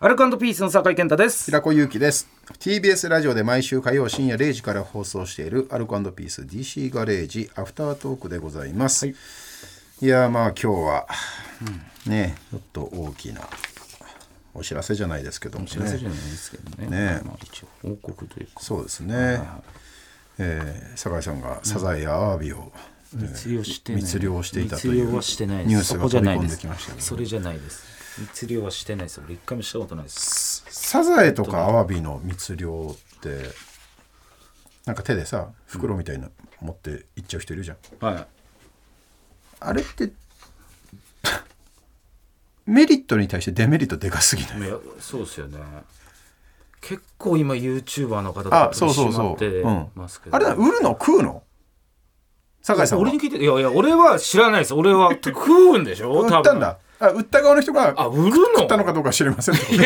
アルコ&ピースの酒井健太です。 平子祐希です。 TBS ラジオで毎週火曜深夜0時から放送しているアルコ&ピース DC ガレージアフタートークでございます、いやまあ今日は、ねちょっと大きなお知らせじゃないですけどもね。 お知らせじゃないですけどね、 一応報告というか。 そうですね、酒井さんがサザエやアワビを、 密漁していたというニュースが飛び込んできましたけど、 それじゃないです。密漁はしてないです。俺一回もしたことないです。 サザエとかアワビの密漁ってなんか手でさ袋みたいな持って行っちゃう人いるじゃん、はい、あれってメリットに対してデメリットでかすぎない？ いやそうですよね。結構今 YouTuber の方とか取り締まってますけど、 あれだ、売るの食うの？酒井さんは。 俺に聞いて、いや俺は知らないです。俺は食うんでしょ。 売ったんだ。売った側の人が売るの食ったのかどうか知りません。 違う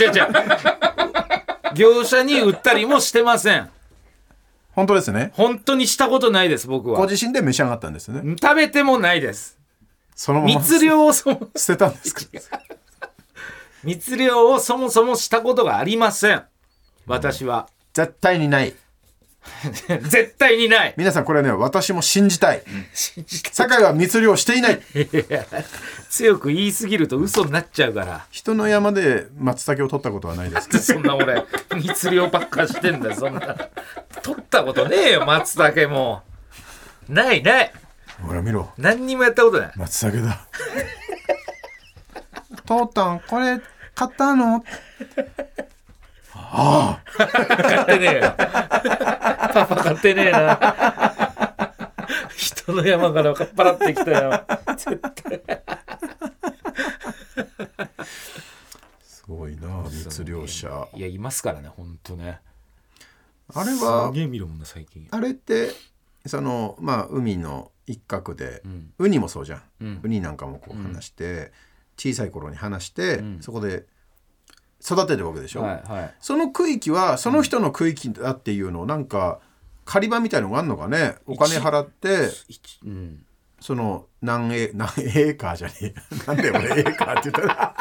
業者に売ったりもしてません。 本当ですね。 本当にしたことないです。僕はご自身で召し上がったんですね。 食べてもないです。 そのまま密漁を捨てたんですか？ 密漁をそもそもしたことがありません。私は絶対にない絶対にない。 皆さんこれね、私も信じたい。酒井は密漁していない。 強く言いすぎると嘘になっちゃうから。 人の山で松茸を取ったことはないですけど。 そんな俺密漁ばっかしてんだよ。そんな取ったことねえよ。松茸もないほら見ろ、 何にもやったことない。 松茸だ。父たんこれ買ったの？ああ買ってねえよ。パパ買ってねえな。人の山からかっぱらってきたよ。絶対すごいな密漁者。 いやいますからね、ほんとね。 あれはすげえ見るもんな最近。 あれって海の一角で、ウニもそうじゃん、ウニなんかもこう話して、小さい頃に話して、そこで育てるわけでしょ、その区域はその人の区域だっていうのをなんか狩り場みたいのがあるのかね。お金払って、その何エーカーじゃねえなんで俺エーカーって言ったら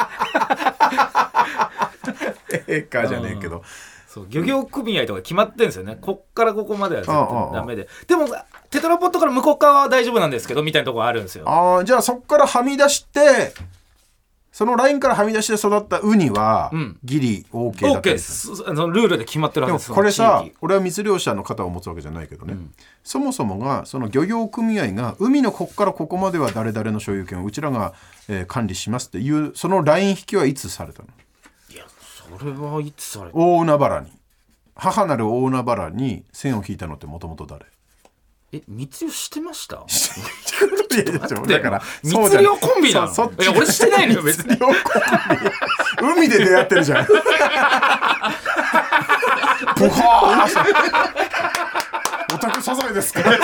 エーカーじゃねえけど、 そう漁業組合とか決まってるんですよね。こっからここまでは絶対ダメで、でもテトラポットから向こう側は大丈夫なんですけどみたいなところあるんですよ。 じゃあそっからはみ出して、そのラインからはみ出して育ったウニはギリ OK だったりする。 そのルールで決まってるわけです。 でもこれさ、俺は密漁者の方を持つわけじゃないけどね、そもそもがその漁業組合が海のここからここまでは誰々の所有権をうちらが、管理しますっていうそのライン引きはいつされたの？ いやそれはいつされた？ 大海原に、母なる大海原に線を引いたのってもともと誰？ 密漁してました？ だから密漁コンビなの？いや俺してないのよ別に。密漁コンビ海で出会ってるじゃん。ブハーオタクサザエですか？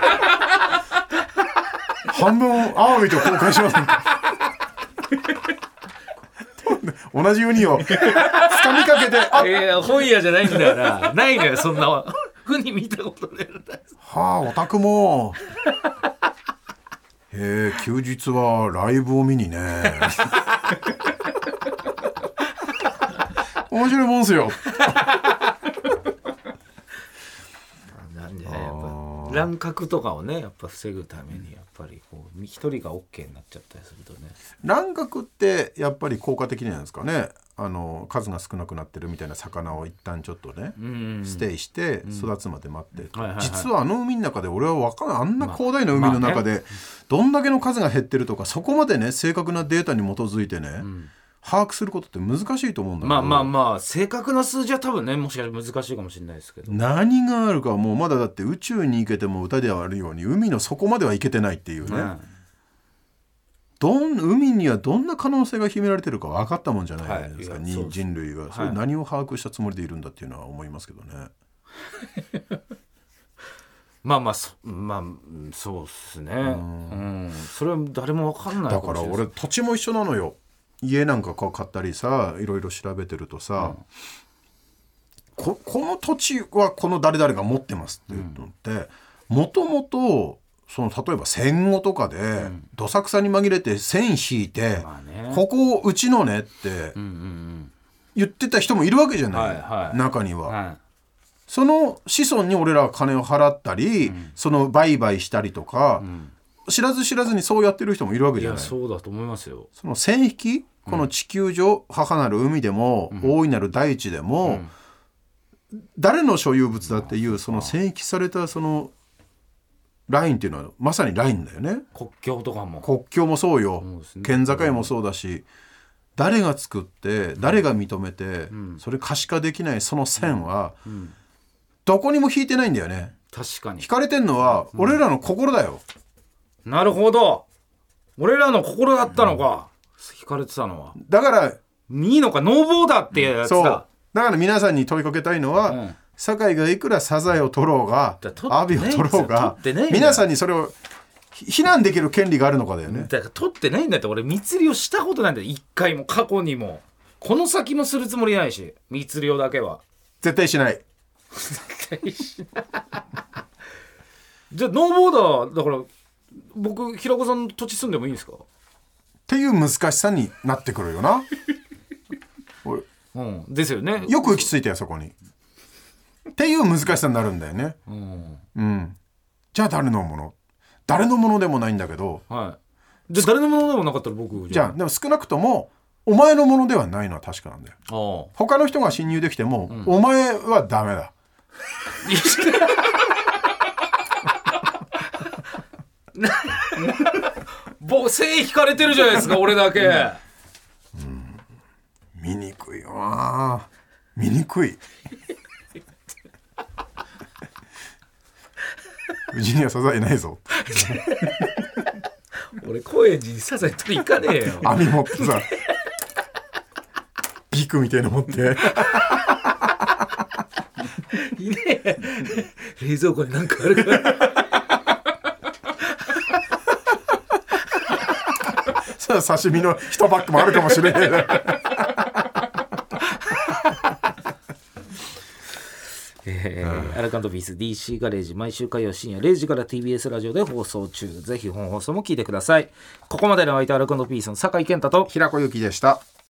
半分アワビと交換しませんか？同じウニを掴みかけて本屋じゃないんだよな。ないのよそんなウニ見たことねえんだ。 オタクも休日はライブを見にね。面白いもんすよ。 なんでね、やっぱ乱獲とかをねやっぱ防ぐためにやっぱりこう一人が OK になっちゃったりするとね。 乱獲ってやっぱり効果的なんですかね。数が少なくなってるみたいな魚を一旦ちょっとね、ステイして育つまで待って、実は海の中で俺は分からない。あんな広大な海の中でどんだけの数が減ってるとか、そこまでね正確なデータに基づいてね、把握することって難しいと思うんだけど、 正確な数字は多分ねもしかしたら難しいかもしれないですけど、 何があるかもうまだだって宇宙に行けても歌ではあるように海の底までは行けてないっていうね、海にはどんな可能性が秘められてるか分かったもんじゃないですか、人類がそれ何を把握したつもりでいるんだっていうのは思いますけどね。 そうっすね、それは誰も分かんないだから俺土地も一緒なのよ。家なんか買ったりさいろいろ調べてるとさ、この土地はこの誰々が持ってますっていうのってもともと例えば戦後とかで、どさくさに紛れて線引いて、ここをうちのねって、 言ってた人もいるわけじゃない、 はいはい、 中には、 はい、 その子孫に俺らは金を払ったり、その売買したりとか、知らず知らずにそうやってる人もいるわけじゃない。 いやそうだと思いますよ。 その線引き、この地球上、母なる海でも、大いなる大地でも、誰の所有物だっていうその線引きされたそのラインっていうのはまさにラインだよね。 国境とかも、 国境もそうよ、県境もそうだし、誰が作って誰が認めて、それ可視化できないその線は、どこにも引いてないんだよね。 確かに引かれてんのは俺らの心だよ、 なるほど、俺らの心だったのか、引かれてたのは。 だからいいのか、ノーボーダーってやつだ、 そうだから皆さんに問いかけたいのは、酒井がいくらサザエを取ろうがアビを取ろうが、皆さんにそれを非難できる権利があるのかだよね。 だから取ってないんだって。俺密漁したことないんだよ、一回も。過去にもこの先もするつもりないし、密漁だけは絶対しない絶対しないじゃあノーボーダーだから僕平子さんの土地住んでもいいんですかっていう難しさになってくるよなですよね。 よく行き着いたよそこにっていう難しさになるんだよね、じゃあ誰のもの、誰のものでもないんだけど、 じゃあ誰のものでもなかったら僕じゃあでも少なくともお前のものではないのは確かなんだよ。他の人が侵入できても、お前はダメだ背引かれてるじゃないですか俺だけ、 見にくいよな、見にくいうちにはサザエないぞ俺高円寺にサザエ取り行かねえよ網持ってさビクみたいなの持っていねえ、冷蔵庫になんかあるからさあ刺身の1パックもあるかもしれないアラカントピース DC ガレージ、毎週火曜深夜0時から TBS ラジオで放送中。ぜひ本放送も聞いてください。ここまでの相手アラカントピースの酒井健太と平子ゆきでした。